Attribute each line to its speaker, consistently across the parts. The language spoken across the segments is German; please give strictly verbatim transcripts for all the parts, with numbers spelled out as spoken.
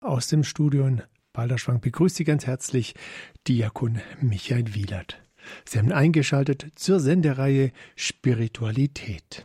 Speaker 1: Aus dem Studio in Balderschwang begrüßt Sie ganz herzlich Diakon Michael Wielert. Sie haben eingeschaltet zur Sendereihe Spiritualität.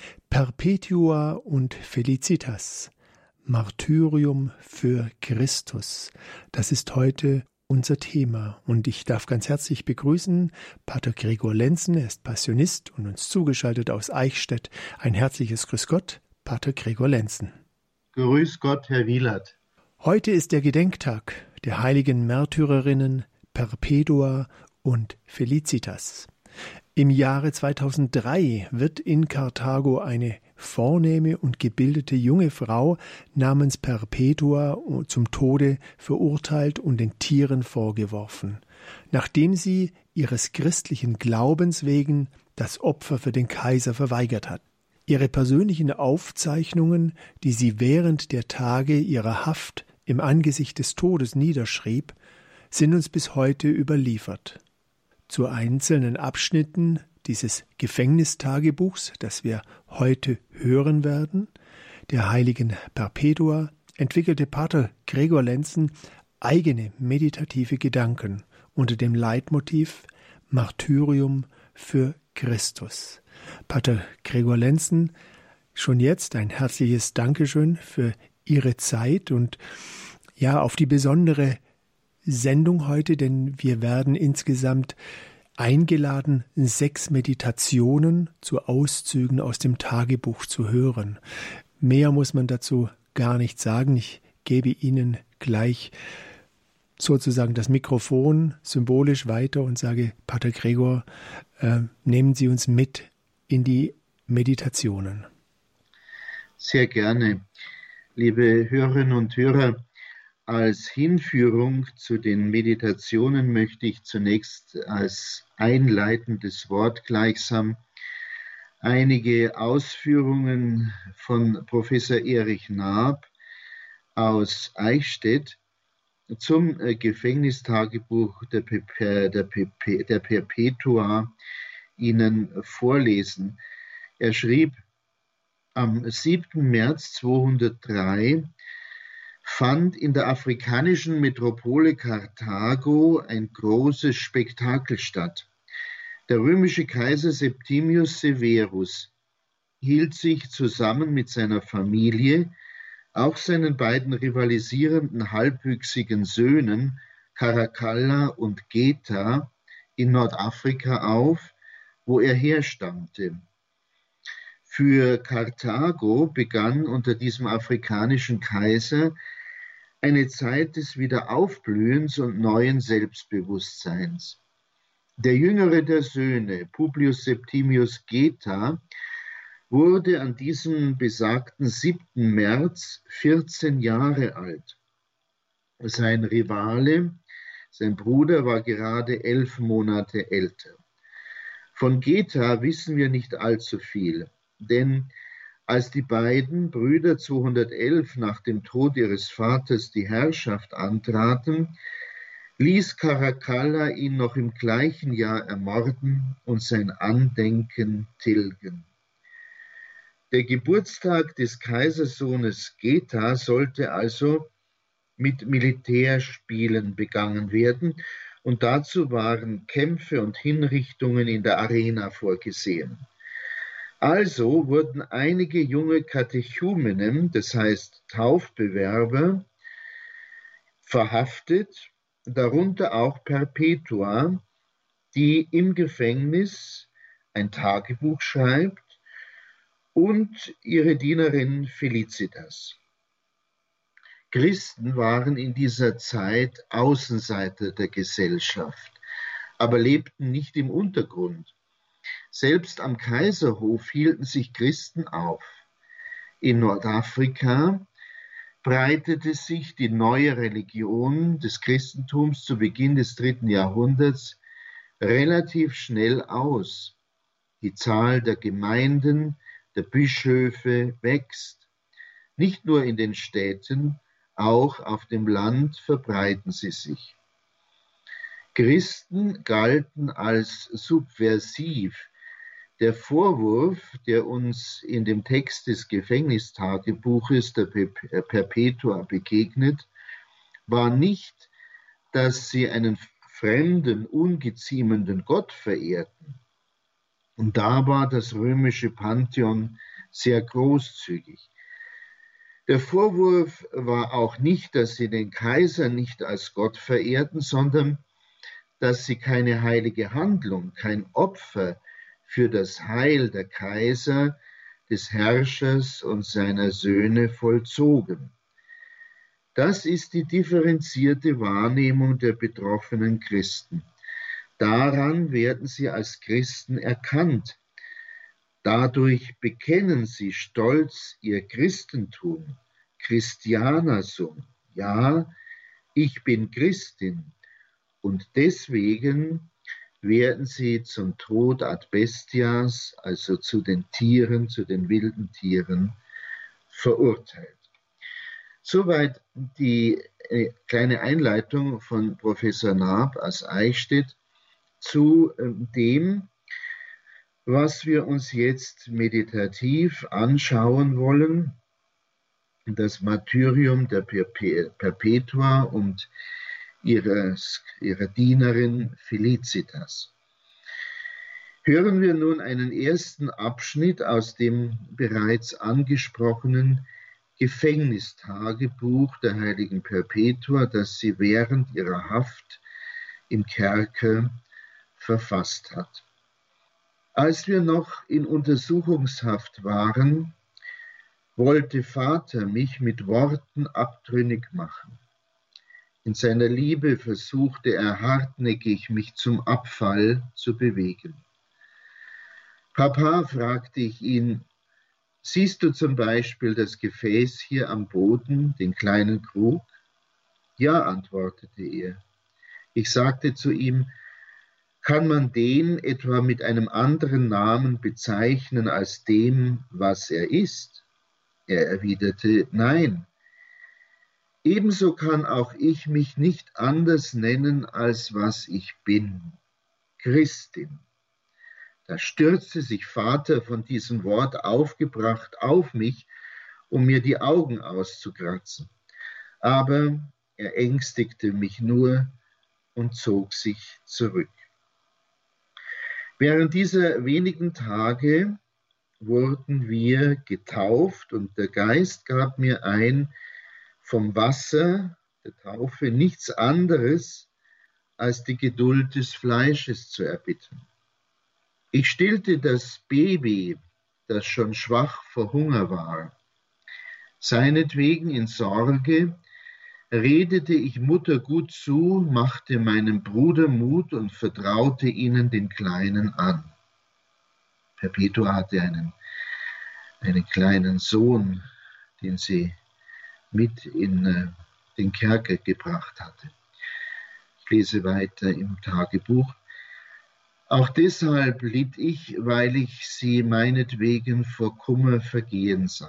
Speaker 1: Perpetua und Felicitas. Martyrium für Christus. Das ist heute unser Thema. Und ich darf ganz herzlich begrüßen Pater Gregor Lenzen. Er ist Passionist und uns zugeschaltet aus Eichstätt. Ein herzliches Grüß Gott, Pater Gregor Lenzen.
Speaker 2: Grüß Gott, Herr Wielert.
Speaker 1: Heute ist der Gedenktag der heiligen Märtyrerinnen Perpetua und Felicitas. Im Jahre zweitausenddrei wird in Karthago eine vornehme und gebildete junge Frau namens Perpetua zum Tode verurteilt und den Tieren vorgeworfen, nachdem sie ihres christlichen Glaubens wegen das Opfer für den Kaiser verweigert hat. Ihre persönlichen Aufzeichnungen, die sie während der Tage ihrer Haft im Angesicht des Todes niederschrieb, sind uns bis heute überliefert. Zu einzelnen Abschnitten dieses Gefängnistagebuchs, das wir heute hören werden, der heiligen Perpetua, entwickelte Pater Gregor Lenzen eigene meditative Gedanken unter dem Leitmotiv Martyrium für Christus. Pater Gregor Lenzen, schon jetzt ein herzliches Dankeschön für Ihre Zeit und ja, auf die besondere Sendung heute, denn wir werden insgesamt eingeladen, sechs Meditationen zu Auszügen aus dem Tagebuch zu hören. Mehr muss man dazu gar nicht sagen. Ich gebe Ihnen gleich sozusagen das Mikrofon symbolisch weiter und sage, Pater Gregor, äh, nehmen Sie uns mit in die Meditationen.
Speaker 2: Sehr gerne. Liebe Hörerinnen und Hörer, als Hinführung zu den Meditationen möchte ich zunächst als einleitendes Wort gleichsam einige Ausführungen von Professor Erich Naab aus Eichstätt zum Gefängnistagebuch der, Pe- der, Pe- der Perpetua Ihnen vorlesen. Er schrieb, am siebten März zweihundertdrei fand in der afrikanischen Metropole Karthago ein großes Spektakel statt. Der römische Kaiser Septimius Severus hielt sich zusammen mit seiner Familie, auch seinen beiden rivalisierenden halbwüchsigen Söhnen Caracalla und Geta in Nordafrika auf, wo er herstammte. Für Karthago begann unter diesem afrikanischen Kaiser eine Zeit des Wiederaufblühens und neuen Selbstbewusstseins. Der jüngere der Söhne, Publius Septimius Geta, wurde an diesem besagten siebten März vierzehn Jahre alt. Sein Rivale, sein Bruder, war gerade elf Monate älter. Von Geta wissen wir nicht allzu viel. Denn als die beiden Brüder zweihundertelf nach dem Tod ihres Vaters die Herrschaft antraten, ließ Caracalla ihn noch im gleichen Jahr ermorden und sein Andenken tilgen. Der Geburtstag des Kaisersohnes Geta sollte also mit Militärspielen begangen werden und dazu waren Kämpfe und Hinrichtungen in der Arena vorgesehen. Also wurden einige junge Katechumenen, das heißt Taufbewerber, verhaftet, darunter auch Perpetua, die im Gefängnis ein Tagebuch schreibt, und ihre Dienerin Felicitas. Christen waren in dieser Zeit Außenseiter der Gesellschaft, aber lebten nicht im Untergrund. Selbst am Kaiserhof hielten sich Christen auf. In Nordafrika breitete sich die neue Religion des Christentums zu Beginn des dritten Jahrhunderts relativ schnell aus. Die Zahl der Gemeinden, der Bischöfe wächst. Nicht nur in den Städten, auch auf dem Land verbreiten sie sich. Christen galten als subversiv. Der Vorwurf, der uns in dem Text des Gefängnistagebuches der Perpetua begegnet, war nicht, dass sie einen fremden, ungeziemenden Gott verehrten. Und da war das römische Pantheon sehr großzügig. Der Vorwurf war auch nicht, dass sie den Kaiser nicht als Gott verehrten, sondern dass sie keine heilige Handlung, kein Opfer für das Heil der Kaiser, des Herrschers und seiner Söhne vollzogen. Das ist die differenzierte Wahrnehmung der betroffenen Christen. Daran werden sie als Christen erkannt. Dadurch bekennen sie stolz ihr Christentum, Christianer Sum. Ja, ich bin Christin. Und deswegen werden sie zum Tod ad bestias, also zu den Tieren, zu den wilden Tieren, verurteilt. Soweit die äh, kleine Einleitung von Professor Naab aus Eichstätt zu äh, dem, was wir uns jetzt meditativ anschauen wollen, das Martyrium der Perpetua und ihres, ihrer Dienerin Felicitas. Hören wir nun einen ersten Abschnitt aus dem bereits angesprochenen Gefängnistagebuch der heiligen Perpetua, das sie während ihrer Haft im Kerker verfasst hat. Als wir noch in Untersuchungshaft waren, wollte Vater mich mit Worten abtrünnig machen. In seiner Liebe versuchte er hartnäckig, mich zum Abfall zu bewegen. Papa, fragte ich ihn, siehst du zum Beispiel das Gefäß hier am Boden, den kleinen Krug? Ja, antwortete er. Ich sagte zu ihm, kann man den etwa mit einem anderen Namen bezeichnen als dem, was er ist? Er erwiderte, nein. Ebenso kann auch ich mich nicht anders nennen, als was ich bin, Christin. Da stürzte sich Vater von diesem Wort aufgebracht auf mich, um mir die Augen auszukratzen. Aber er ängstigte mich nur und zog sich zurück. Während dieser wenigen Tage wurden wir getauft und der Geist gab mir ein, vom Wasser der Taufe nichts anderes als die Geduld des Fleisches zu erbitten. Ich stillte das Baby, das schon schwach vor Hunger war. Seinetwegen in Sorge redete ich Mutter gut zu, machte meinem Bruder Mut und vertraute ihnen den Kleinen an. Perpetua hatte einen, einen kleinen Sohn, den sie mit in äh, den Kerker gebracht hatte. Ich lese weiter im Tagebuch. Auch deshalb litt ich, weil ich sie meinetwegen vor Kummer vergehen sah.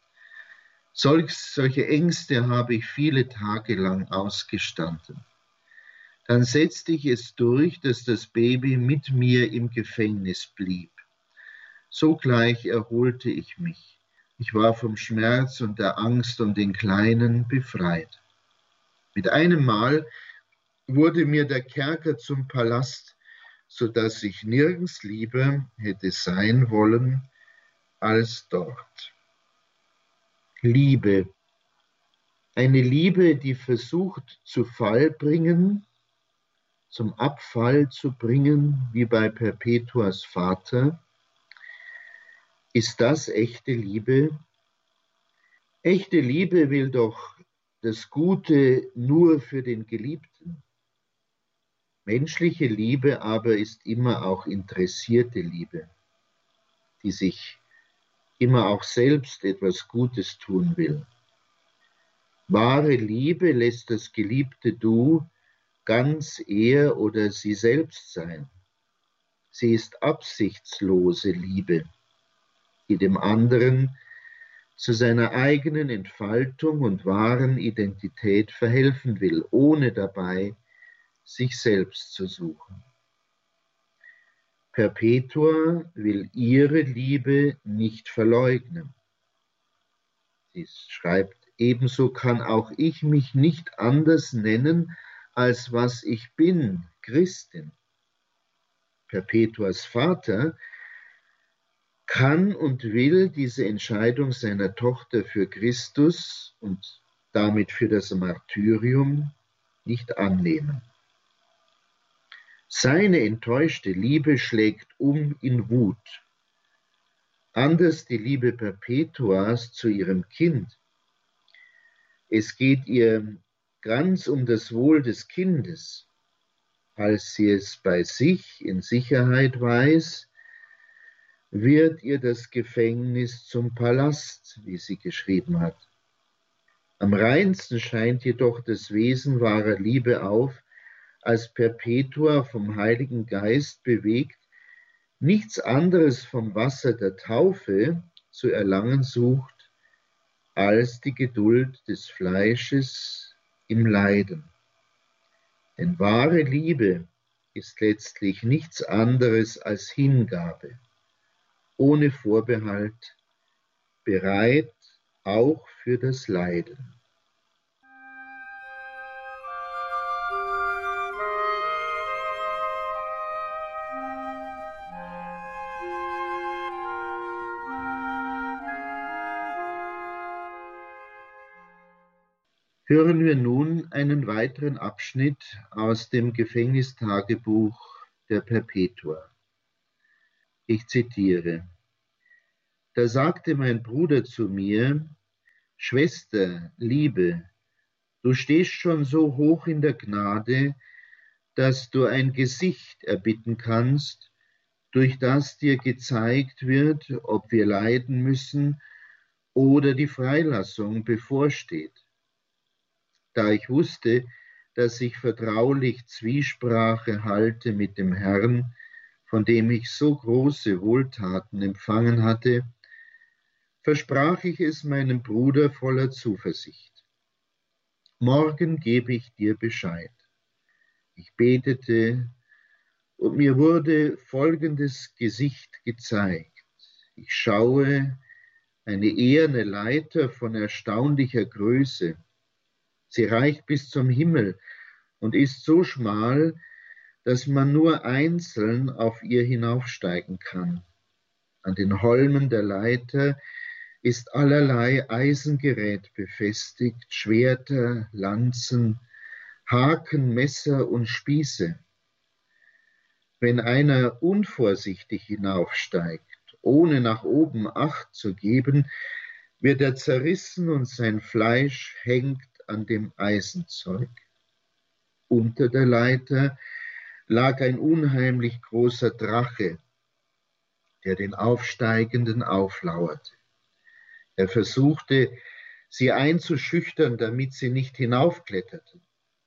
Speaker 2: Solch, solche Ängste habe ich viele Tage lang ausgestanden. Dann setzte ich es durch, dass das Baby mit mir im Gefängnis blieb. Sogleich erholte ich mich. Ich war vom Schmerz und der Angst um den Kleinen befreit. Mit einem Mal wurde mir der Kerker zum Palast, so dass ich nirgends lieber hätte sein wollen als dort. Liebe. Eine Liebe, die versucht zu Fall bringen, zum Abfall zu bringen, wie bei Perpetuas Vater. Ist das echte Liebe? Echte Liebe will doch das Gute nur für den Geliebten. Menschliche Liebe aber ist immer auch interessierte Liebe, die sich immer auch selbst etwas Gutes tun will. Wahre Liebe lässt das geliebte Du ganz er oder sie selbst sein. Sie ist absichtslose Liebe, die dem anderen zu seiner eigenen Entfaltung und wahren Identität verhelfen will, ohne dabei sich selbst zu suchen. Perpetua will ihre Liebe nicht verleugnen. Sie schreibt ebenso kann auch ich mich nicht anders nennen, als was ich bin, Christin. Perpetuas Vater kann und will diese Entscheidung seiner Tochter für Christus und damit für das Martyrium nicht annehmen. Seine enttäuschte Liebe schlägt um in Wut. Anders die Liebe Perpetuas zu ihrem Kind. Es geht ihr ganz um das Wohl des Kindes. Als sie es bei sich in Sicherheit weiß, wird ihr das Gefängnis zum Palast, wie sie geschrieben hat. Am reinsten scheint jedoch das Wesen wahrer Liebe auf, als Perpetua vom Heiligen Geist bewegt, nichts anderes vom Wasser der Taufe zu erlangen sucht, als die Geduld des Fleisches im Leiden. Denn wahre Liebe ist letztlich nichts anderes als Hingabe, ohne Vorbehalt, bereit auch für das Leiden. Hören wir nun einen weiteren Abschnitt aus dem Gefängnistagebuch der Perpetua. Ich zitiere: Da sagte mein Bruder zu mir: Schwester, Liebe, du stehst schon so hoch in der Gnade, dass du ein Gesicht erbitten kannst, durch das dir gezeigt wird, ob wir leiden müssen oder die Freilassung bevorsteht. Da ich wusste, dass ich vertraulich Zwiesprache halte mit dem Herrn, von dem ich so große Wohltaten empfangen hatte, versprach ich es meinem Bruder voller Zuversicht. Morgen gebe ich dir Bescheid. Ich betete, und mir wurde folgendes Gesicht gezeigt. Ich schaue eine eherne Leiter von erstaunlicher Größe. Sie reicht bis zum Himmel und ist so schmal, dass man nur einzeln auf ihr hinaufsteigen kann. An den Holmen der Leiter ist allerlei Eisengerät befestigt, Schwerter, Lanzen, Haken, Messer und Spieße. Wenn einer unvorsichtig hinaufsteigt, ohne nach oben Acht zu geben, wird er zerrissen und sein Fleisch hängt an dem Eisenzeug. Unter der Leiter lag ein unheimlich großer Drache, der den Aufsteigenden auflauerte. Er versuchte, sie einzuschüchtern, damit sie nicht hinaufkletterten.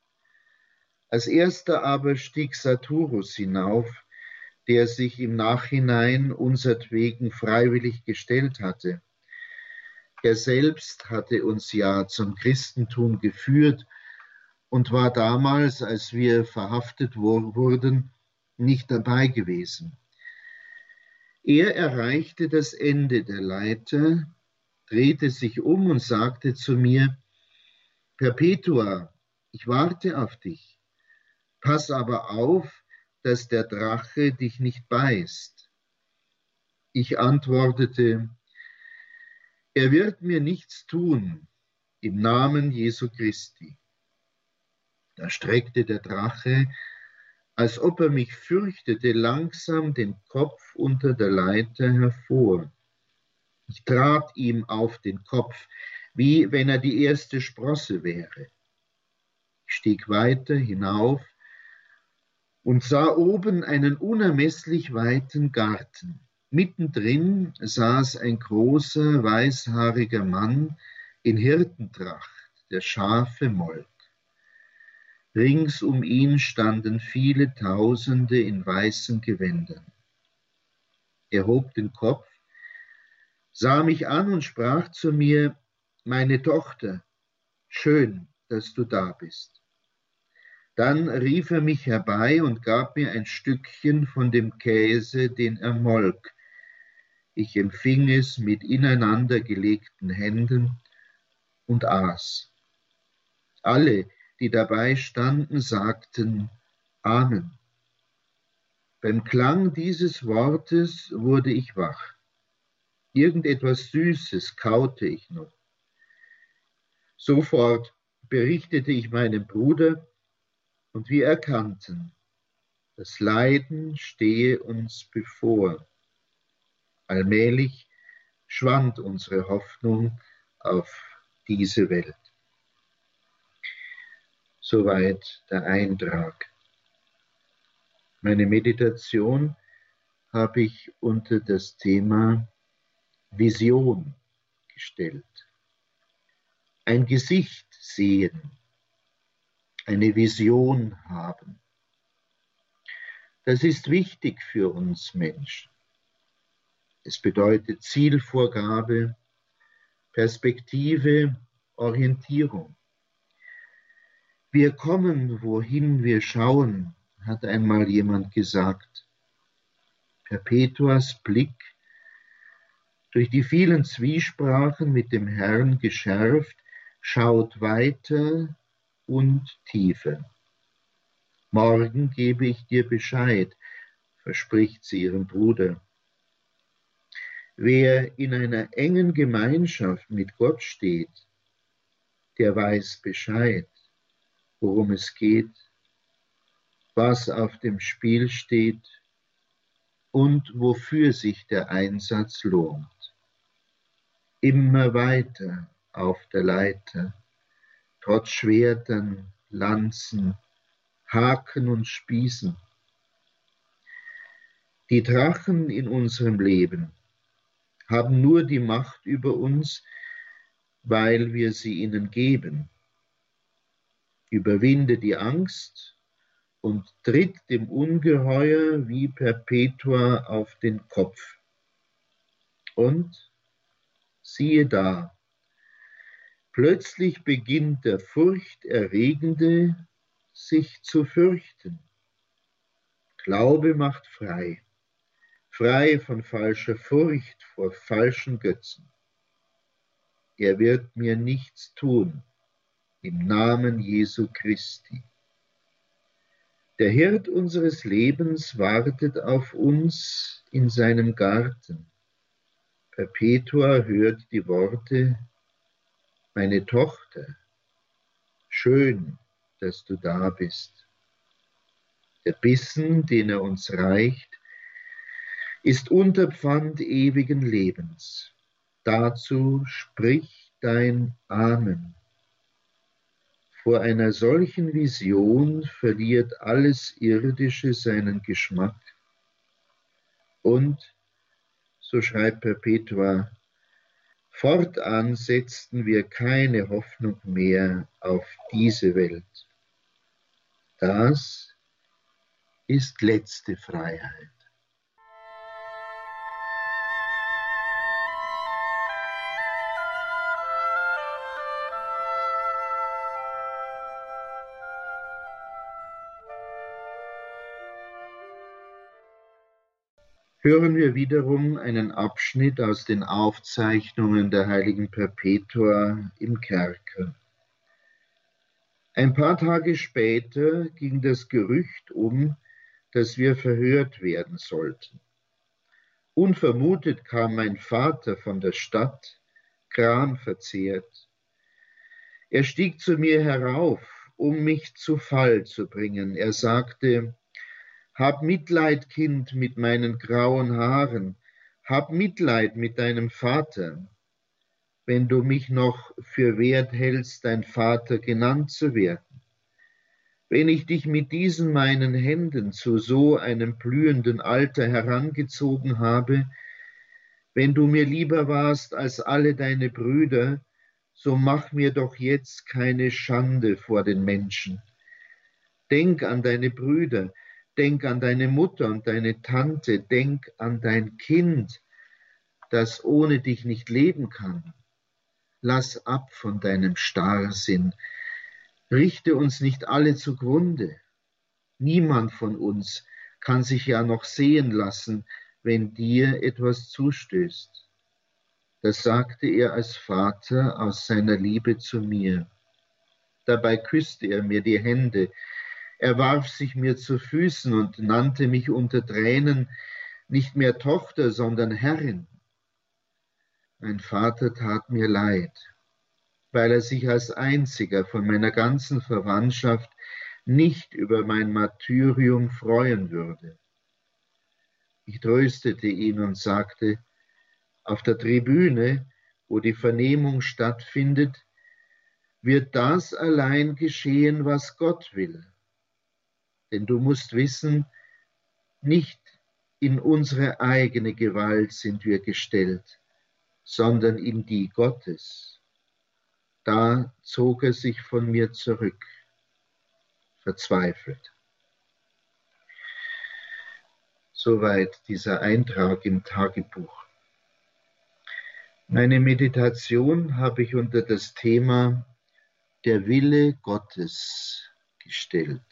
Speaker 2: Als erster aber stieg Satyrus hinauf, der sich im Nachhinein unsertwegen freiwillig gestellt hatte. Er selbst hatte uns ja zum Christentum geführt und war damals, als wir verhaftet wurden, nicht dabei gewesen. Er erreichte das Ende der Leiter, drehte sich um und sagte zu mir: Perpetua, ich warte auf dich. Pass aber auf, dass der Drache dich nicht beißt. Ich antwortete: Er wird mir nichts tun, im Namen Jesu Christi. Da streckte der Drache, als ob er mich fürchtete, langsam den Kopf unter der Leiter hervor. Ich trat ihm auf den Kopf, wie wenn er die erste Sprosse wäre. Ich stieg weiter hinauf und sah oben einen unermesslich weiten Garten. Mittendrin saß ein großer, weißhaariger Mann in Hirtentracht, der Schafe molk. Rings um ihn standen viele Tausende in weißen Gewändern. Er hob den Kopf, sah mich an und sprach zu mir: Meine Tochter, schön, dass du da bist. Dann rief er mich herbei und gab mir ein Stückchen von dem Käse, den er molk. Ich empfing es mit ineinander gelegten Händen und aß. Alle, die dabei standen, sagten Amen. Beim Klang dieses Wortes wurde ich wach. Irgendetwas Süßes kaute ich noch. Sofort berichtete ich meinem Bruder, und wir erkannten, das Leiden stehe uns bevor. Allmählich schwand unsere Hoffnung auf diese Welt. Soweit der Eintrag. Meine Meditation habe ich unter das Thema Vision gestellt. Ein Gesicht sehen, eine Vision haben. Das ist wichtig für uns Menschen. Es bedeutet Zielvorgabe, Perspektive, Orientierung. Wir kommen, wohin wir schauen, hat einmal jemand gesagt. Perpetuas Blick, durch die vielen Zwiesprachen mit dem Herrn geschärft, schaut weiter und tiefer. Morgen gebe ich dir Bescheid, verspricht sie ihrem Bruder. Wer in einer engen Gemeinschaft mit Gott steht, der weiß Bescheid, worum es geht, was auf dem Spiel steht und wofür sich der Einsatz lohnt. Immer weiter auf der Leiter, trotz Schwertern, Lanzen, Haken und Spießen. Die Drachen in unserem Leben haben nur die Macht über uns, weil wir sie ihnen geben. Überwinde die Angst und tritt dem Ungeheuer wie Perpetua auf den Kopf. Und siehe da, plötzlich beginnt der Furchterregende sich zu fürchten. Glaube macht frei, frei von falscher Furcht vor falschen Götzen. Er wird mir nichts tun, im Namen Jesu Christi. Der Hirt unseres Lebens wartet auf uns in seinem Garten. Perpetua hört die Worte, meine Tochter, schön, dass du da bist. Der Bissen, den er uns reicht, ist Unterpfand ewigen Lebens. Dazu sprich dein Amen. Vor einer solchen Vision verliert alles Irdische seinen Geschmack. Und, so schreibt Perpetua, fortan setzten wir keine Hoffnung mehr auf diese Welt. Das ist letzte Freiheit. Hören wir wiederum einen Abschnitt aus den Aufzeichnungen der heiligen Perpetua im Kerker. Ein paar Tage später ging das Gerücht um, dass wir verhört werden sollten. Unvermutet kam mein Vater von der Stadt, gramverzehrt. Er stieg zu mir herauf, um mich zu Fall zu bringen. Er sagte, hab Mitleid, Kind, mit meinen grauen Haaren, hab Mitleid mit deinem Vater, wenn du mich noch für wert hältst, dein Vater genannt zu werden. Wenn ich dich mit diesen meinen Händen zu so einem blühenden Alter herangezogen habe, wenn du mir lieber warst als alle deine Brüder, so mach mir doch jetzt keine Schande vor den Menschen. Denk an deine Brüder, denk an deine Mutter und deine Tante, denk an dein Kind, das ohne dich nicht leben kann. Lass ab von deinem Starrsinn, richte uns nicht alle zugrunde. Niemand von uns kann sich ja noch sehen lassen, wenn dir etwas zustößt. Das sagte er als Vater aus seiner Liebe zu mir. Dabei küsste er mir die Hände. Er warf sich mir zu Füßen und nannte mich unter Tränen nicht mehr Tochter, sondern Herrin. Mein Vater tat mir leid, weil er sich als einziger von meiner ganzen Verwandtschaft nicht über mein Martyrium freuen würde. Ich tröstete ihn und sagte, auf der Tribüne, wo die Vernehmung stattfindet, wird das allein geschehen, was Gott will. Denn du musst wissen, nicht in unsere eigene Gewalt sind wir gestellt, sondern in die Gottes. Da zog er sich von mir zurück, verzweifelt. Soweit dieser Eintrag im Tagebuch. Meine Meditation habe ich unter das Thema der Wille Gottes gestellt.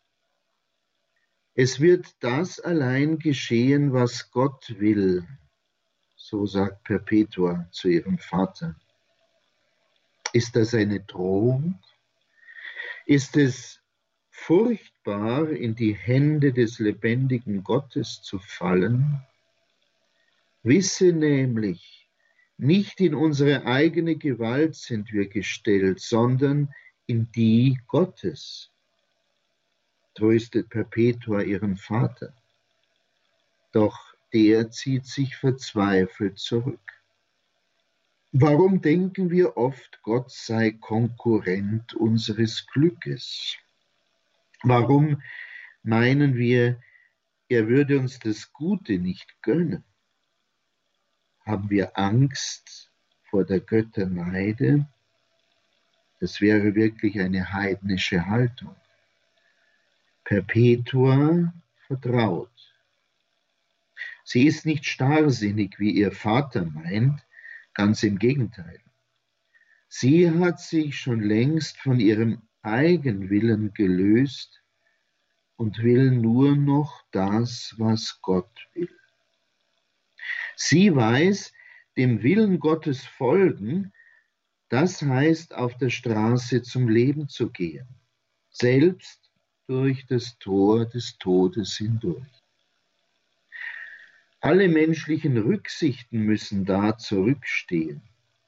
Speaker 2: Es wird das allein geschehen, was Gott will, so sagt Perpetua zu ihrem Vater. Ist das eine Drohung? Ist es furchtbar, in die Hände des lebendigen Gottes zu fallen? Wisse nämlich, nicht in unsere eigene Gewalt sind wir gestellt, sondern in die Gottes, tröstet Perpetua ihren Vater. Doch der zieht sich verzweifelt zurück. Warum denken wir oft, Gott sei Konkurrent unseres Glückes? Warum meinen wir, er würde uns das Gute nicht gönnen? Haben wir Angst vor der Götterneide? Das wäre wirklich eine heidnische Haltung. Perpetua vertraut. Sie ist nicht starrsinnig, wie ihr Vater meint, ganz im Gegenteil. Sie hat sich schon längst von ihrem Eigenwillen gelöst und will nur noch das, was Gott will. Sie weiß, dem Willen Gottes folgen, das heißt, auf der Straße zum Leben zu gehen, selbst durch das Tor des Todes hindurch. Alle menschlichen Rücksichten müssen da zurückstehen.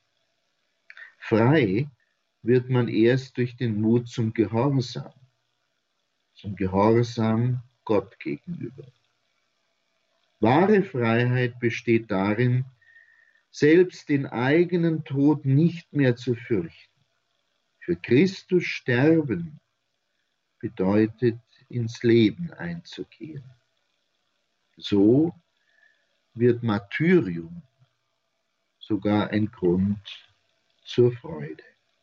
Speaker 2: Frei wird man erst durch den Mut zum Gehorsam, zum Gehorsam Gott gegenüber. Wahre Freiheit besteht darin, selbst den eigenen Tod nicht mehr zu fürchten. Für Christus sterben bedeutet, ins Leben einzugehen. So wird Martyrium sogar ein Grund zur Freude.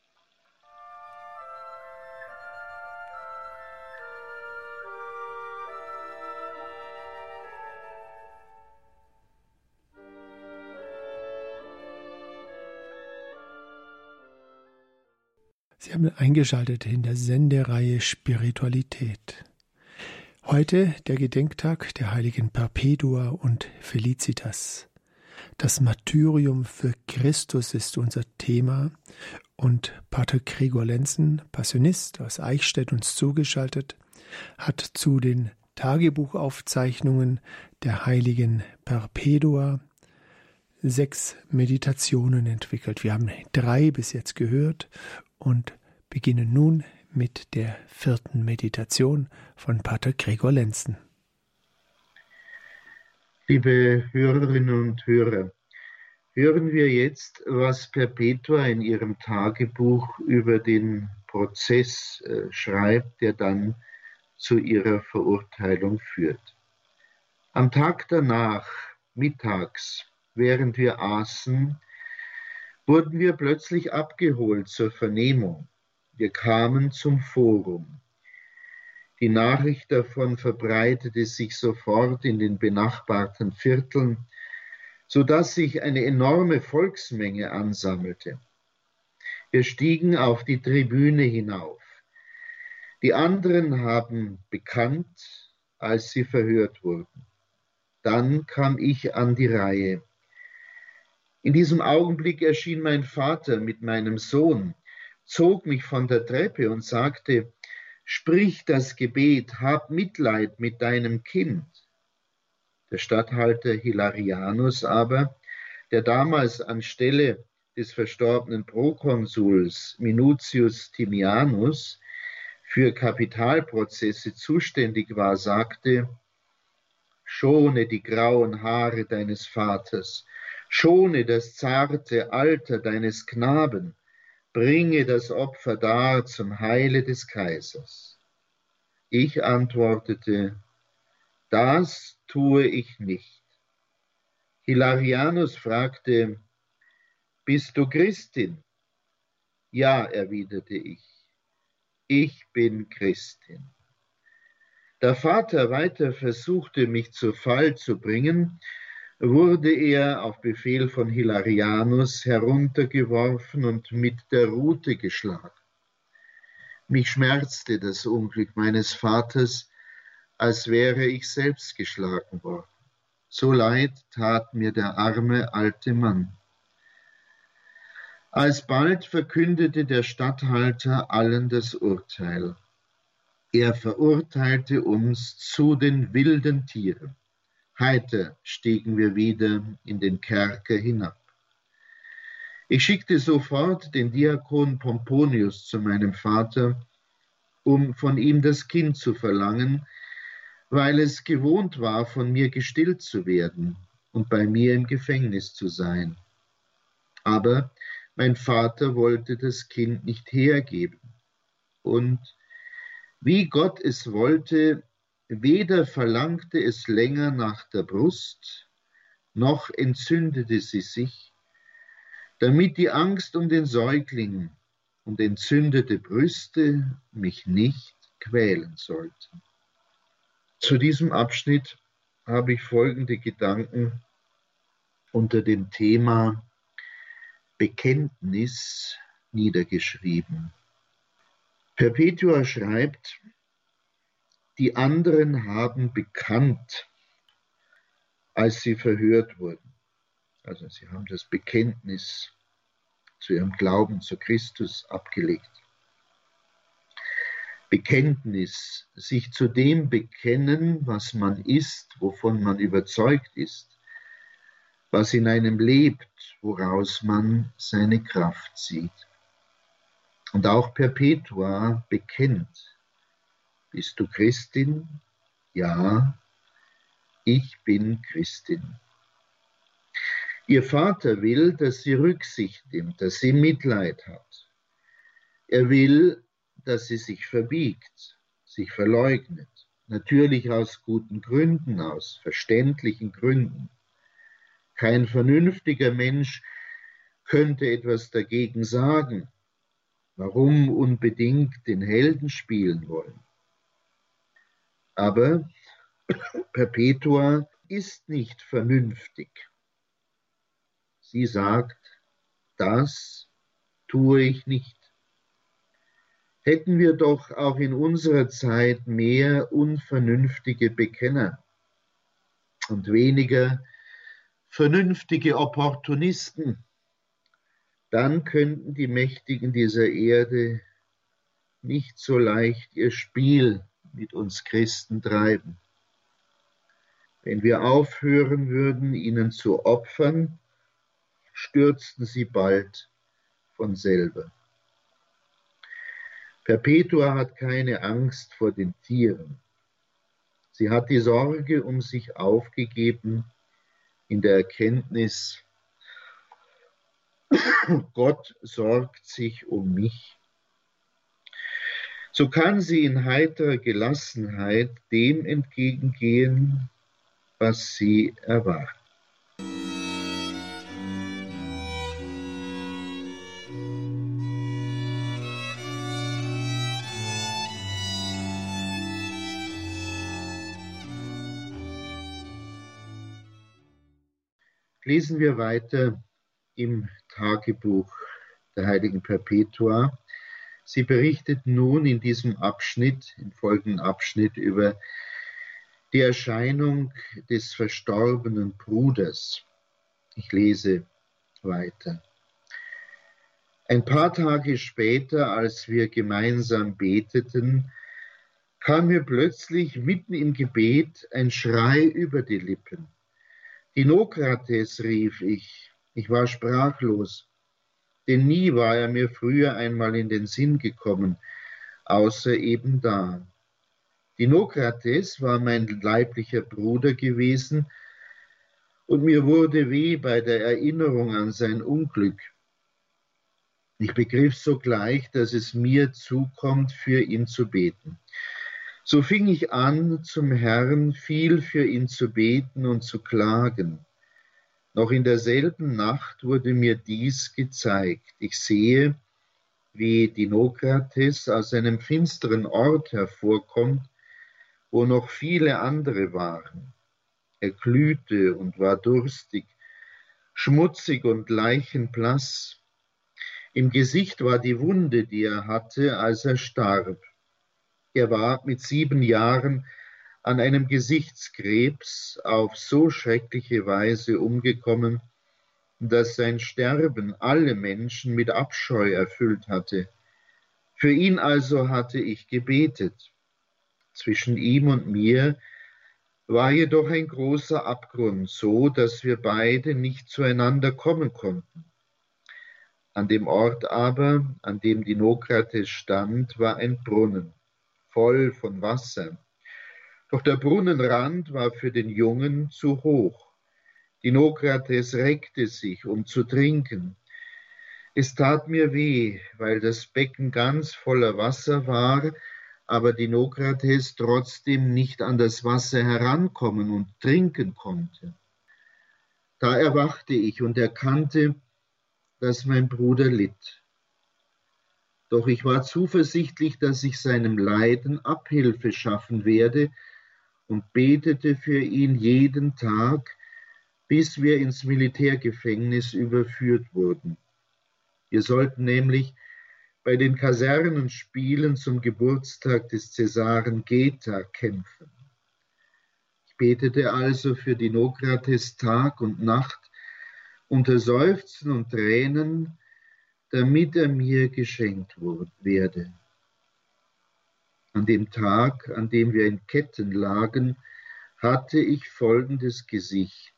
Speaker 1: Sie haben eingeschaltet in der Sendereihe Spiritualität. Heute der Gedenktag der heiligen Perpetua und Felicitas. Das Martyrium für Christus ist unser Thema und Pater Gregor Lenzen, Passionist aus Eichstätt, uns zugeschaltet, hat zu den Tagebuchaufzeichnungen der heiligen Perpetua sechs Meditationen entwickelt. Wir haben drei bis jetzt gehört und beginnen nun mit der vierten Meditation von Pater Gregor Lenzen.
Speaker 2: Liebe Hörerinnen und Hörer, hören wir jetzt, was Perpetua in ihrem Tagebuch über den Prozess äh, schreibt, der dann zu ihrer Verurteilung führt. Am Tag danach, mittags, während wir aßen, wurden wir plötzlich abgeholt zur Vernehmung. Wir kamen zum Forum. Die Nachricht davon verbreitete sich sofort in den benachbarten Vierteln, sodass sich eine enorme Volksmenge ansammelte. Wir stiegen auf die Tribüne hinauf. Die anderen haben bekannt, als sie verhört wurden. Dann kam ich an die Reihe. In diesem Augenblick erschien mein Vater mit meinem Sohn, zog mich von der Treppe und sagte: Sprich das Gebet, hab Mitleid mit deinem Kind. Der Statthalter Hilarianus aber, der damals anstelle des verstorbenen Prokonsuls Minutius Timianus für Kapitalprozesse zuständig war, sagte: Schone die grauen Haare deines Vaters, schone das zarte Alter deines Knaben, bringe das Opfer dar zum Heile des Kaisers. Ich antwortete: Das tue ich nicht. Hilarianus fragte: Bist du Christin? Ja, erwiderte ich. Ich bin Christin. Da Vater weiter versuchte, mich zu Fall zu bringen, wurde er auf Befehl von Hilarianus heruntergeworfen und mit der Rute geschlagen. Mich schmerzte das Unglück meines Vaters, als wäre ich selbst geschlagen worden. So leid tat mir der arme alte Mann. Alsbald verkündete der Statthalter allen das Urteil. Er verurteilte uns zu den wilden Tieren. Heiter stiegen wir wieder in den Kerker hinab. Ich schickte sofort den Diakon Pomponius zu meinem Vater, um von ihm das Kind zu verlangen, weil es gewohnt war, von mir gestillt zu werden und bei mir im Gefängnis zu sein. Aber mein Vater wollte das Kind nicht hergeben. Und wie Gott es wollte, weder verlangte es länger nach der Brust, noch entzündete sie sich, damit die Angst um den Säugling und entzündete Brüste mich nicht quälen sollten. Zu diesem Abschnitt habe ich folgende Gedanken unter dem Thema Bekenntnis niedergeschrieben. Perpetua schreibt: Die anderen haben bekannt, als sie verhört wurden. Also sie haben das Bekenntnis zu ihrem Glauben zu Christus abgelegt. Bekenntnis, sich zu dem bekennen, was man ist, wovon man überzeugt ist, was in einem lebt, woraus man seine Kraft zieht. Und auch Perpetua bekennt: Bist du Christin? Ja, ich bin Christin. Ihr Vater will, dass sie Rücksicht nimmt, dass sie Mitleid hat. Er will, dass sie sich verbiegt, sich verleugnet. Natürlich aus guten Gründen, aus verständlichen Gründen. Kein vernünftiger Mensch könnte etwas dagegen sagen. Warum unbedingt den Helden spielen wollen? Aber Perpetua ist nicht vernünftig. Sie sagt: Das tue ich nicht. Hätten wir doch auch in unserer Zeit mehr unvernünftige Bekenner und weniger vernünftige Opportunisten, dann könnten die Mächtigen dieser Erde nicht so leicht ihr Spiel mit uns Christen treiben. Wenn wir aufhören würden, ihnen zu opfern, stürzten sie bald von selber. Perpetua hat keine Angst vor den Tieren. Sie hat die Sorge um sich aufgegeben in der Erkenntnis: Gott sorgt sich um mich. So kann sie in heiterer Gelassenheit dem entgegengehen, was sie erwartet. Lesen wir weiter im Tagebuch der heiligen Perpetua. Sie berichtet nun in diesem Abschnitt, im folgenden Abschnitt, über die Erscheinung des verstorbenen Bruders. Ich lese weiter. Ein paar Tage später, als wir gemeinsam beteten, kam mir plötzlich mitten im Gebet ein Schrei über die Lippen. Dinokrates, rief ich. Ich war sprachlos, denn nie war er mir früher einmal in den Sinn gekommen, außer eben da. Dinokrates war mein leiblicher Bruder gewesen, und mir wurde weh bei der Erinnerung an sein Unglück. Ich begriff sogleich, dass es mir zukommt, für ihn zu beten. So fing ich an, zum Herrn viel für ihn zu beten und zu klagen. Noch in derselben Nacht wurde mir dies gezeigt. Ich sehe, wie Dinokrates aus einem finsteren Ort hervorkommt, wo noch viele andere waren. Er glühte und war durstig, schmutzig und leichenblass. Im Gesicht war die Wunde, die er hatte, als er starb. Er war mit sieben Jahren an einem Gesichtskrebs auf so schreckliche Weise umgekommen, dass sein Sterben alle Menschen mit Abscheu erfüllt hatte. Für ihn also hatte ich gebetet. Zwischen ihm und mir war jedoch ein großer Abgrund, so dass wir beide nicht zueinander kommen konnten. An dem Ort aber, an dem Dinokrates stand, war ein Brunnen, voll von Wasser. Doch der Brunnenrand war für den Jungen zu hoch. Dinokrates reckte sich, um zu trinken. Es tat mir weh, weil das Becken ganz voller Wasser war, aber Dinokrates trotzdem nicht an das Wasser herankommen und trinken konnte. Da erwachte ich und erkannte, dass mein Bruder litt. Doch ich war zuversichtlich, dass ich seinem Leiden Abhilfe schaffen werde und betete für ihn jeden Tag, bis wir ins Militärgefängnis überführt wurden. Wir sollten nämlich bei den Kasernenspielen zum Geburtstag des Cäsaren Geta kämpfen. Ich betete also für Dinokrates Tag und Nacht unter Seufzen und Tränen, damit er mir geschenkt werde. An dem Tag, an dem wir in Ketten lagen, hatte ich folgendes Gesicht.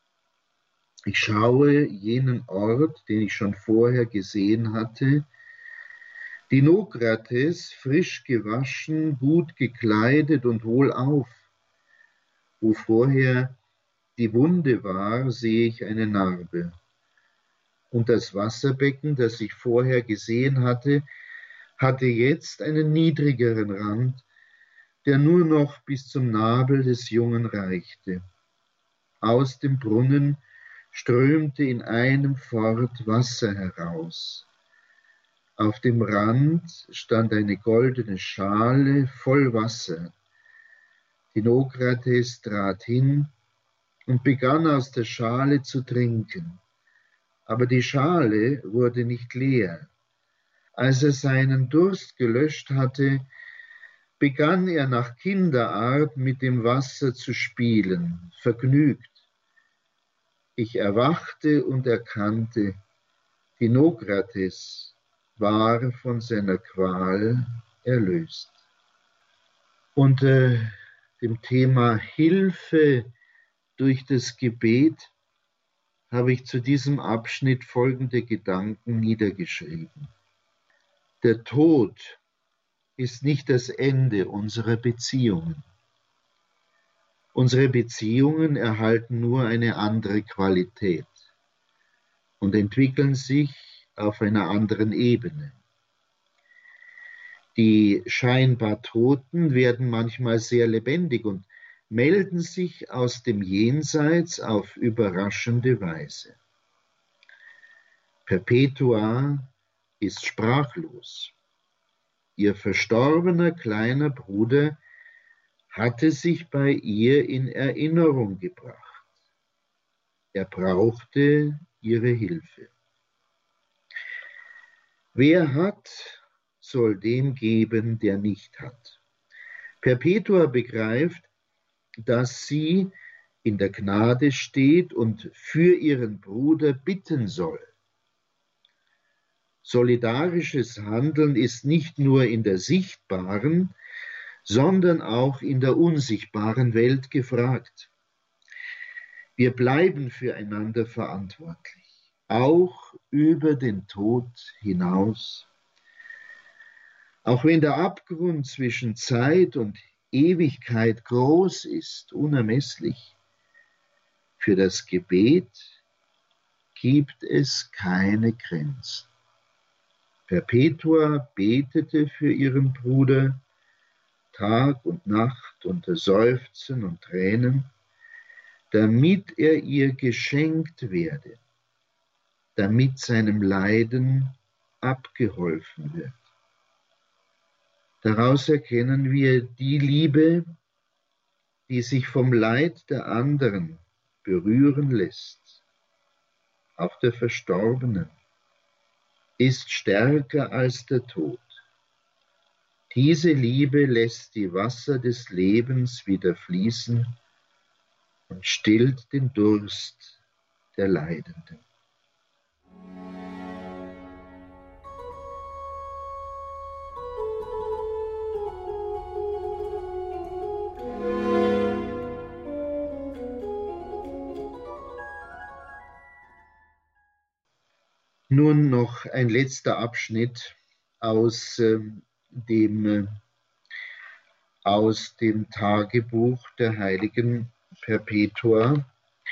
Speaker 2: Ich schaue jenen Ort, den ich schon vorher gesehen hatte, Dinokrates, frisch gewaschen, gut gekleidet und wohlauf. Wo vorher die Wunde war, sehe ich eine Narbe. Und das Wasserbecken, das ich vorher gesehen hatte, hatte jetzt einen niedrigeren Rand, der nur noch bis zum Nabel des Jungen reichte. Aus dem Brunnen strömte in einem fort Wasser heraus. Auf dem Rand stand eine goldene Schale voll Wasser. Dinokrates trat hin und begann aus der Schale zu trinken. Aber die Schale wurde nicht leer. Als er seinen Durst gelöscht hatte, begann er nach Kinderart mit dem Wasser zu spielen, vergnügt. Ich erwachte und erkannte, Dinokrates war von seiner Qual erlöst. Unter dem Thema Hilfe durch das Gebet habe ich zu diesem Abschnitt folgende Gedanken niedergeschrieben. Der Tod ist nicht das Ende unserer Beziehungen. Unsere Beziehungen erhalten nur eine andere Qualität und entwickeln sich auf einer anderen Ebene. Die scheinbar Toten werden manchmal sehr lebendig und melden sich aus dem Jenseits auf überraschende Weise. Perpetua ist sprachlos. Ihr verstorbener kleiner Bruder hatte sich bei ihr in Erinnerung gebracht. Er brauchte ihre Hilfe. Wer hat, soll dem geben, der nicht hat. Perpetua begreift, dass sie in der Gnade steht und für ihren Bruder bitten soll. Solidarisches Handeln ist nicht nur in der sichtbaren, sondern auch in der unsichtbaren Welt gefragt. Wir bleiben füreinander verantwortlich, auch über den Tod hinaus. Auch wenn der Abgrund zwischen Zeit und Ewigkeit groß ist, unermesslich, für das Gebet gibt es keine Grenzen. Perpetua betete für ihren Bruder Tag und Nacht unter Seufzen und Tränen, damit er ihr geschenkt werde, damit seinem Leiden abgeholfen wird. Daraus erkennen wir die Liebe, die sich vom Leid der anderen berühren lässt, auch der Verstorbenen, ist stärker als der Tod. Diese Liebe lässt die Wasser des Lebens wieder fließen und stillt den Durst der Leidenden. Nun noch ein letzter Abschnitt aus äh, dem, äh, aus dem Tagebuch der heiligen Perpetua.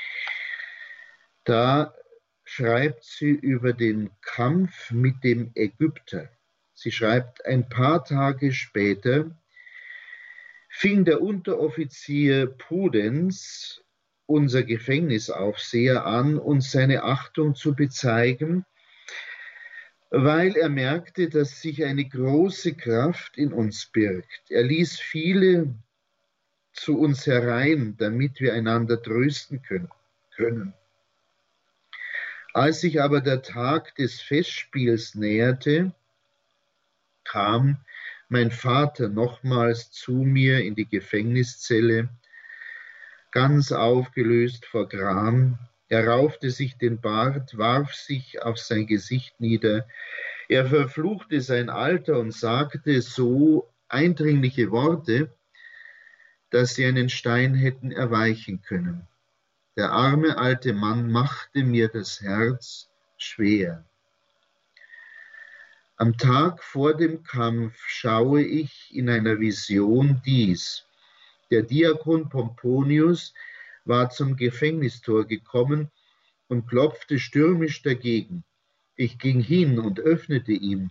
Speaker 2: Da schreibt sie über den Kampf mit dem Ägypter. Sie schreibt, ein paar Tage später fing der Unteroffizier Pudens, unser Gefängnisaufseher, an, uns seine Achtung zu bezeigen, weil er merkte, dass sich eine große Kraft in uns birgt. Er ließ viele zu uns herein, damit wir einander trösten können. Als sich aber der Tag des Festspiels näherte, kam mein Vater nochmals zu mir in die Gefängniszelle, ganz aufgelöst vor Gram. Er raufte sich den Bart, warf sich auf sein Gesicht nieder. Er verfluchte sein Alter und sagte so eindringliche Worte, dass sie einen Stein hätten erweichen können. Der arme alte Mann machte mir das Herz schwer. Am Tag vor dem Kampf schaue ich in einer Vision dies. Der Diakon Pomponius war zum Gefängnistor gekommen und klopfte stürmisch dagegen. Ich ging hin und öffnete ihm.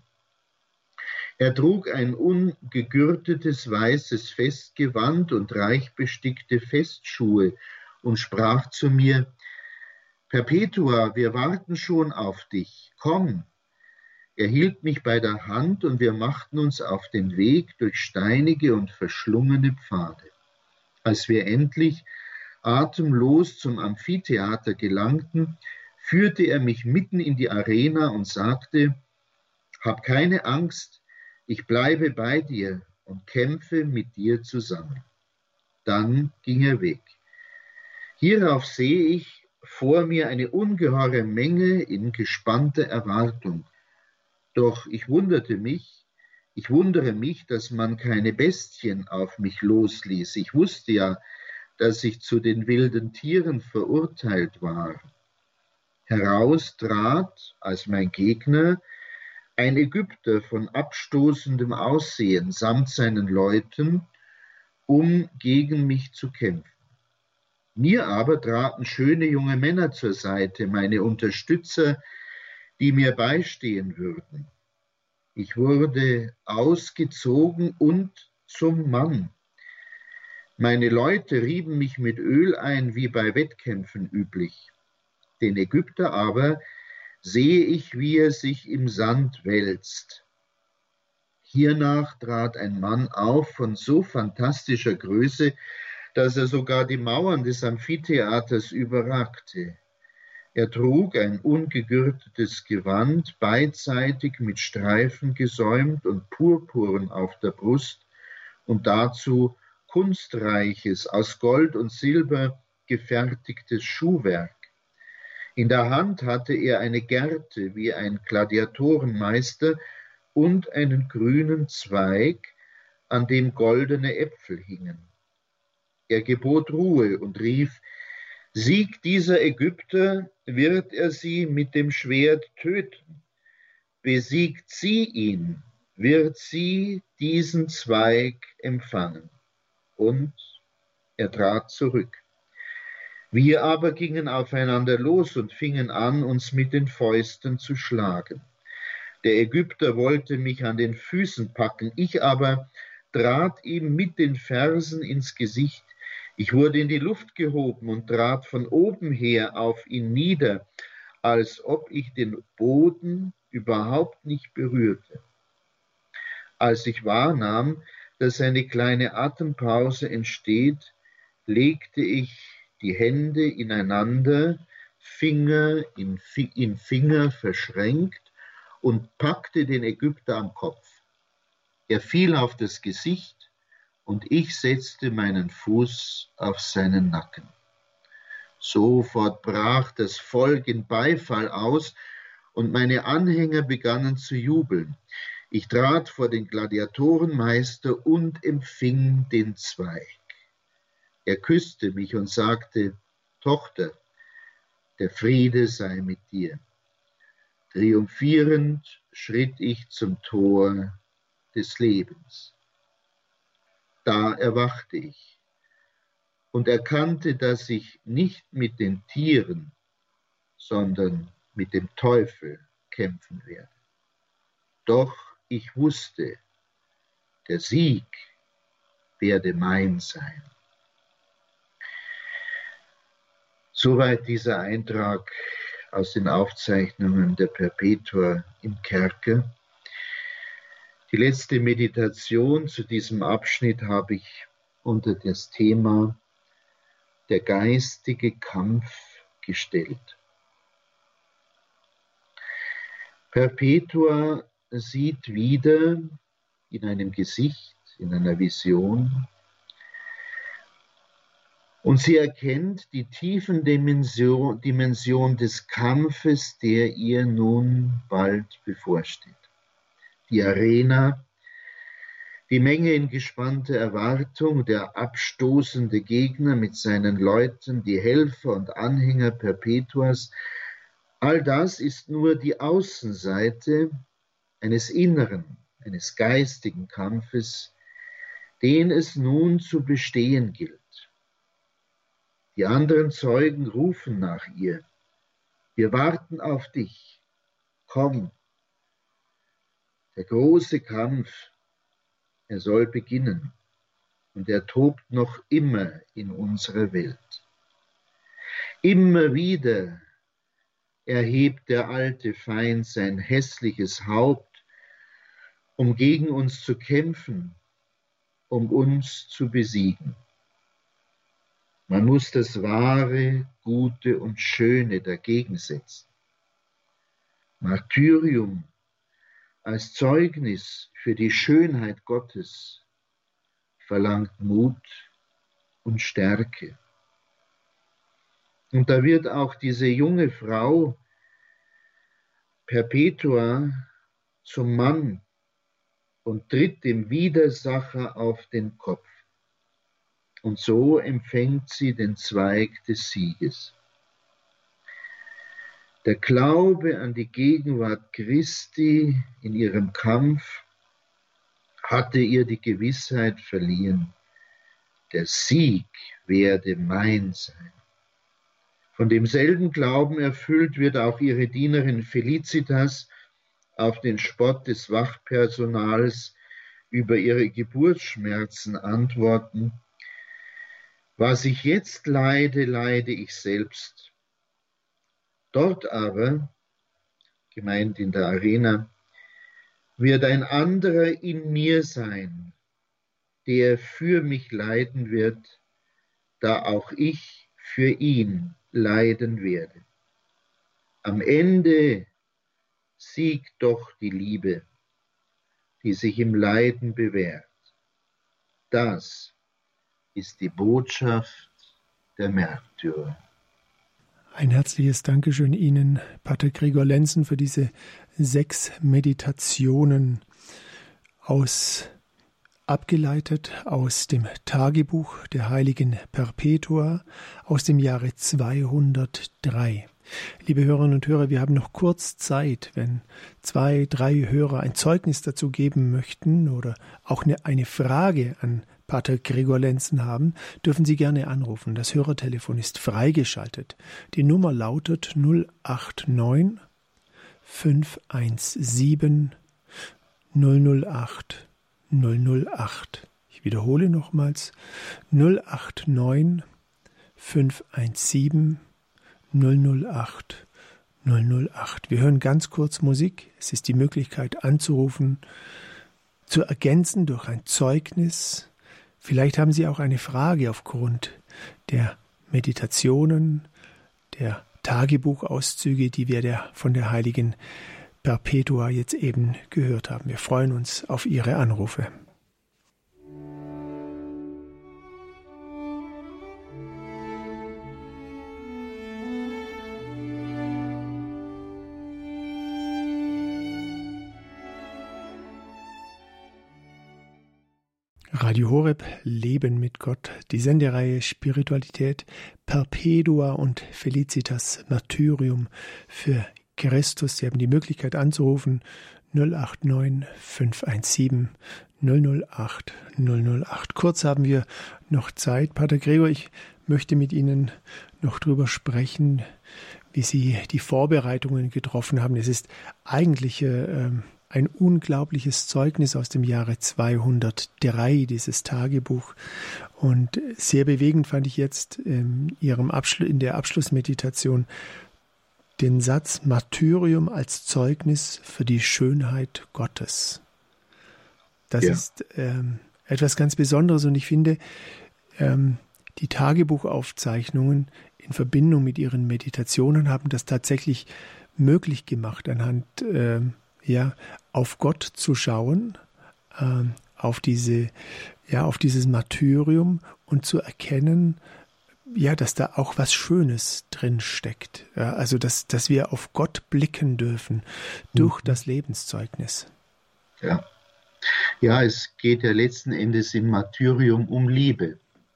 Speaker 2: Er trug ein ungegürtetes weißes Festgewand und reich bestickte Festschuhe und sprach zu mir, Perpetua, wir warten schon auf dich, komm. Er hielt mich bei der Hand und wir machten uns auf den Weg durch steinige und verschlungene Pfade. Als wir endlich atemlos zum Amphitheater gelangten, führte er mich mitten in die Arena und sagte, hab keine Angst, ich bleibe bei dir und kämpfe mit dir zusammen. Dann ging er weg. Hierauf sehe ich vor mir eine ungeheure Menge in gespannter Erwartung. Doch ich wunderte mich, ich wundere mich, dass man keine Bestien auf mich losließ. Ich wusste ja, dass ich zu den wilden Tieren verurteilt war. Heraus trat als mein Gegner ein Ägypter von abstoßendem Aussehen samt seinen Leuten, um gegen mich zu kämpfen. Mir aber traten schöne junge Männer zur Seite, meine Unterstützer, die mir beistehen würden. Ich wurde ausgezogen und zum Mann. Meine Leute rieben mich mit Öl ein, wie bei Wettkämpfen üblich. Den Ägypter aber sehe ich, wie er sich im Sand wälzt. Hiernach trat ein Mann auf von so fantastischer Größe, dass er sogar die Mauern des Amphitheaters überragte. Er trug ein ungegürtetes Gewand, beidseitig mit Streifen gesäumt und Purpurn auf der Brust und dazu kunstreiches, aus Gold und Silber gefertigtes Schuhwerk. In der Hand hatte er eine Gerte wie ein Gladiatorenmeister und einen grünen Zweig, an dem goldene Äpfel hingen. Er gebot Ruhe und rief: Siegt dieser Ägypter, wird er sie mit dem Schwert töten. Besiegt sie ihn, wird sie diesen Zweig empfangen. Und er trat zurück. Wir aber gingen aufeinander los und fingen an, uns mit den Fäusten zu schlagen. Der Ägypter wollte mich an den Füßen packen, ich aber trat ihm mit den Fersen ins Gesicht. Ich wurde in die Luft gehoben und trat von oben her auf ihn nieder, als ob ich den Boden überhaupt nicht berührte. Als ich wahrnahm, dass eine kleine Atempause entsteht, legte ich die Hände ineinander, Finger in, in Finger verschränkt und packte den Ägypter am Kopf. Er fiel auf das Gesicht und ich setzte meinen Fuß auf seinen Nacken. Sofort brach das Volk in Beifall aus und meine Anhänger begannen zu jubeln. Ich trat vor den Gladiatorenmeister und empfing den Zweig. Er küsste mich und sagte: Tochter, der Friede sei mit dir. Triumphierend schritt ich zum Tor des Lebens. Da erwachte ich und erkannte, dass ich nicht mit den Tieren, sondern mit dem Teufel kämpfen werde. Doch ich wusste, der Sieg werde mein sein. Soweit dieser Eintrag aus den Aufzeichnungen der Perpetua im Kerker. Die letzte Meditation zu diesem Abschnitt habe ich unter das Thema der geistige Kampf gestellt. Perpetua sieht wieder in einem Gesicht, in einer Vision, und sie erkennt die tiefen Dimension, Dimension des Kampfes, der ihr nun bald bevorsteht. Die Arena, die Menge in gespannter Erwartung, der abstoßende Gegner mit seinen Leuten, die Helfer und Anhänger Perpetuas, all das ist nur die Außenseite eines inneren, eines geistigen Kampfes, den es nun zu bestehen gilt. Die anderen Zeugen rufen nach ihr: Wir warten auf dich, komm. Der große Kampf, er soll beginnen und er tobt noch immer in unserer Welt. Immer wieder erhebt der alte Feind sein hässliches Haupt, um gegen uns zu kämpfen, um uns zu besiegen. Man muss das Wahre, Gute und Schöne dagegen setzen. Martyrium als Zeugnis für die Schönheit Gottes verlangt Mut und Stärke. Und da wird auch diese junge Frau Perpetua zum Mann und tritt dem Widersacher auf den Kopf. Und so empfängt sie den Zweig des Sieges. Der Glaube an die Gegenwart Christi in ihrem Kampf hatte ihr die Gewissheit verliehen, der Sieg werde mein sein. Von demselben Glauben erfüllt wird auch ihre Dienerin Felicitas auf den Spott des Wachpersonals über ihre Geburtsschmerzen antworten: Was ich jetzt leide, leide ich selbst. Dort aber, gemeint in der Arena, wird ein anderer in mir sein, der für mich leiden wird, da auch ich für ihn leiden werde. Am Ende siegt doch die Liebe, die sich im Leiden bewährt. Das ist die Botschaft der Märtyrer.
Speaker 1: Ein herzliches Dankeschön Ihnen, Pater Gregor Lenzen, für diese sechs Meditationen aus abgeleitet aus dem Tagebuch der heiligen Perpetua aus dem Jahre zweihundertdrei. Liebe Hörerinnen und Hörer, wir haben noch kurz Zeit, wenn zwei, drei Hörer ein Zeugnis dazu geben möchten oder auch eine, eine Frage an Pater Gregor Lenzen haben, dürfen Sie gerne anrufen. Das Hörertelefon ist freigeschaltet. Die Nummer lautet null acht neun fünf eins sieben null null acht null null acht. Ich wiederhole nochmals null acht neun fünf eins sieben null null acht null null acht. Wir hören ganz kurz Musik. Es ist die Möglichkeit anzurufen, zu ergänzen durch ein Zeugnis. Vielleicht haben Sie auch eine Frage aufgrund der Meditationen, der Tagebuchauszüge, die wir der, von der heiligen Perpetua jetzt eben gehört haben. Wir freuen uns auf Ihre Anrufe. Radio Horeb, Leben mit Gott, die Sendereihe Spiritualität, Perpetua und Felicitas Martyrium für Christus. Sie haben die Möglichkeit anzurufen null acht neun fünf eins sieben null null acht null null acht. Kurz haben wir noch Zeit. Pater Gregor, ich möchte mit Ihnen noch darüber sprechen, wie Sie die Vorbereitungen getroffen haben. Es ist eigentlich äh, ein unglaubliches Zeugnis aus dem Jahre zweihundertdrei, dieses Tagebuch. Und sehr bewegend fand ich jetzt in, Ihrem Abschlu- in der Abschlussmeditation den Satz Martyrium als Zeugnis für die Schönheit Gottes. Das ja. ist ähm, etwas ganz Besonderes und ich finde, ähm, die Tagebuchaufzeichnungen in Verbindung mit Ihren Meditationen haben das tatsächlich möglich gemacht, anhand ähm, ja, auf Gott zu schauen, ähm, auf diese, ja, auf dieses Martyrium und zu erkennen, ja, dass da auch was Schönes drin steckt. Ja, also, dass, dass wir auf Gott blicken dürfen durch mhm. das Lebenszeugnis.
Speaker 2: Ja. ja, es geht ja letzten Endes im Martyrium um Liebe.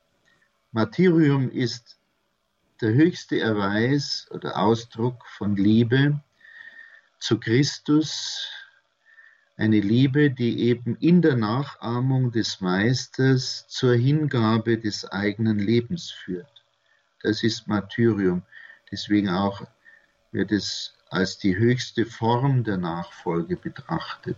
Speaker 2: Martyrium ist der höchste Erweis oder Ausdruck von Liebe zu Christus, eine Liebe, die eben in der Nachahmung des Meisters zur Hingabe des eigenen Lebens führt. Das ist Martyrium. Deswegen auch wird es als die höchste Form der Nachfolge betrachtet,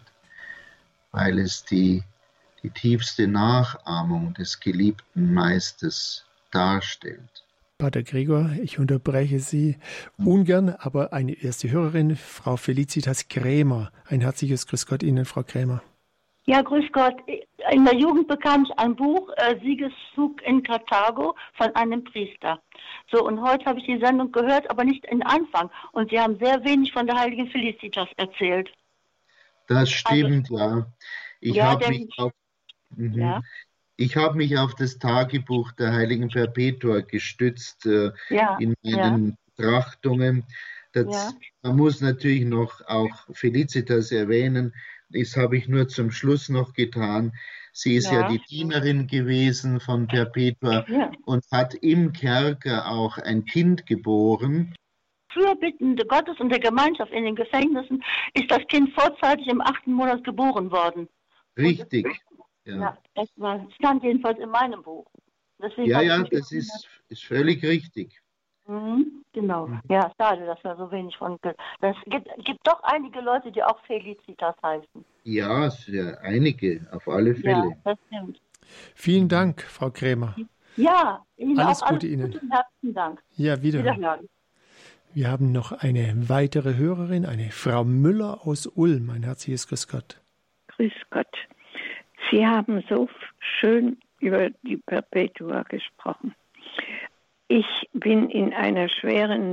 Speaker 2: weil es die, die tiefste Nachahmung des geliebten Meisters darstellt.
Speaker 1: Pater Gregor, ich unterbreche Sie ungern, aber eine erste Hörerin, Frau Felicitas Krämer. Ein herzliches Grüß Gott Ihnen, Frau Krämer.
Speaker 3: Ja, grüß Gott. In der Jugend bekam ich ein Buch, äh, Siegeszug in Karthago, von einem Priester. So, und heute habe ich die Sendung gehört, aber nicht den Anfang. Und Sie haben sehr wenig von der heiligen Felicitas erzählt.
Speaker 2: Das stimmt, also, ja. Ich
Speaker 3: ja,
Speaker 2: habe mich auf... Mhm. Ja. Ich habe mich auf das Tagebuch der heiligen Perpetua gestützt äh, ja, in meinen ja. Betrachtungen. Das, ja. Man muss natürlich noch auch Felicitas erwähnen. Das habe ich nur zum Schluss noch getan. Sie ist ja, ja die Dienerin gewesen von Perpetua ja. und hat im Kerker auch ein Kind geboren.
Speaker 3: Fürbittende Gottes und der Gemeinschaft in den Gefängnissen ist das Kind vorzeitig im achten Monat geboren worden.
Speaker 2: Richtig.
Speaker 3: Ja, ja das war, stand jedenfalls in meinem Buch.
Speaker 2: Deswegen ja, ja, das ist, ist völlig richtig.
Speaker 3: Mhm, genau. Mhm. Ja, schade, dass wir so wenig von... Es gibt, gibt doch einige Leute, die auch Felicitas heißen.
Speaker 2: Ja, sehr, einige, auf alle Fälle.
Speaker 3: Ja, das stimmt.
Speaker 1: Vielen Dank, Frau Krämer.
Speaker 3: Ja, Ihnen
Speaker 1: alles
Speaker 3: auch
Speaker 1: Gute
Speaker 3: alles
Speaker 1: Ihnen.
Speaker 3: Gute, herzlichen Dank.
Speaker 1: Ja, wiederhören.
Speaker 3: Wiederhören.
Speaker 1: Wir haben noch eine weitere Hörerin, eine Frau Müller aus Ulm. Ein herzliches Grüß Gott.
Speaker 4: Grüß Gott. Sie haben so schön über die Perpetua gesprochen. Ich bin in einer schweren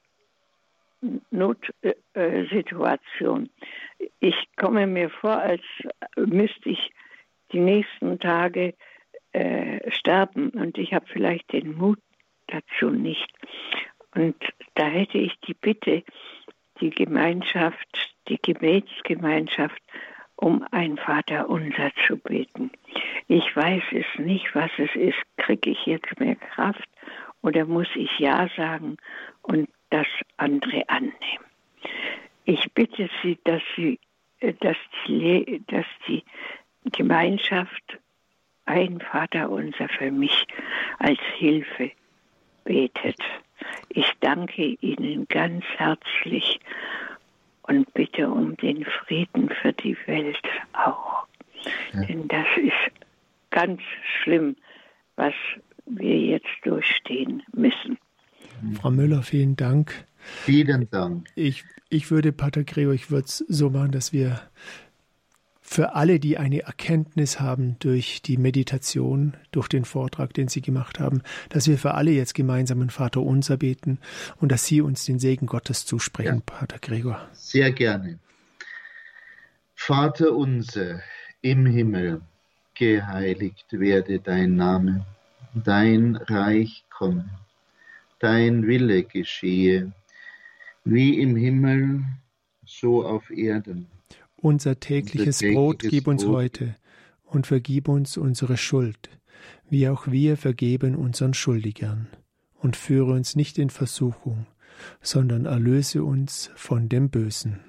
Speaker 4: Notsituation. Not, äh, ich komme mir vor, als müsste ich die nächsten Tage äh, sterben. Und ich habe vielleicht den Mut dazu nicht. Und da hätte ich die Bitte, die Gemeinschaft, die Gebetsgemeinschaft, um ein Vaterunser zu beten. Ich weiß es nicht, was es ist. Kriege ich jetzt mehr Kraft oder muss ich Ja sagen und das andere annehmen? Ich bitte Sie, dass Sie, dass die, dass die Gemeinschaft ein Vaterunser für mich als Hilfe betet. Ich danke Ihnen ganz herzlich und bitte um den Frieden für die Welt auch. Ja. Denn das ist ganz schlimm, was wir jetzt durchstehen müssen.
Speaker 1: Frau Müller, vielen Dank.
Speaker 2: Vielen Dank.
Speaker 1: Ich, ich würde, Pater Gregor, ich würde es so machen, dass wir für alle, die eine Erkenntnis haben durch die Meditation, durch den Vortrag, den Sie gemacht haben, dass wir für alle jetzt gemeinsam ein Vaterunser beten und dass Sie uns den Segen Gottes zusprechen, ja. Pater Gregor.
Speaker 2: Sehr gerne. Vater unser im Himmel, geheiligt werde dein Name, dein Reich komme, dein Wille geschehe, wie im Himmel, so auf Erden.
Speaker 1: Unser tägliches, Unser tägliches Brot gib uns Brot. heute und vergib uns unsere Schuld, wie auch wir vergeben unseren Schuldigern. Und führe uns nicht in Versuchung, sondern erlöse uns von dem Bösen.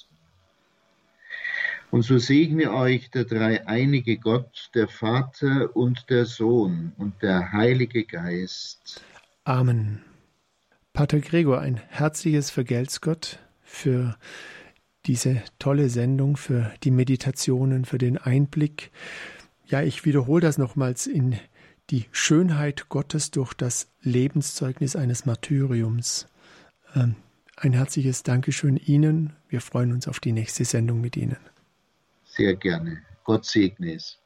Speaker 2: Und so segne euch der dreieinige Gott, der Vater und der Sohn und der Heilige Geist.
Speaker 1: Amen. Pater Gregor, ein herzliches Vergelt's Gott für diese tolle Sendung, für die Meditationen, für den Einblick. Ja, ich wiederhole das nochmals in die Schönheit Gottes durch das Lebenszeugnis eines Martyriums. Ähm, ein herzliches Dankeschön Ihnen. Wir freuen uns auf die nächste Sendung mit Ihnen.
Speaker 2: Sehr gerne. Gott segne es.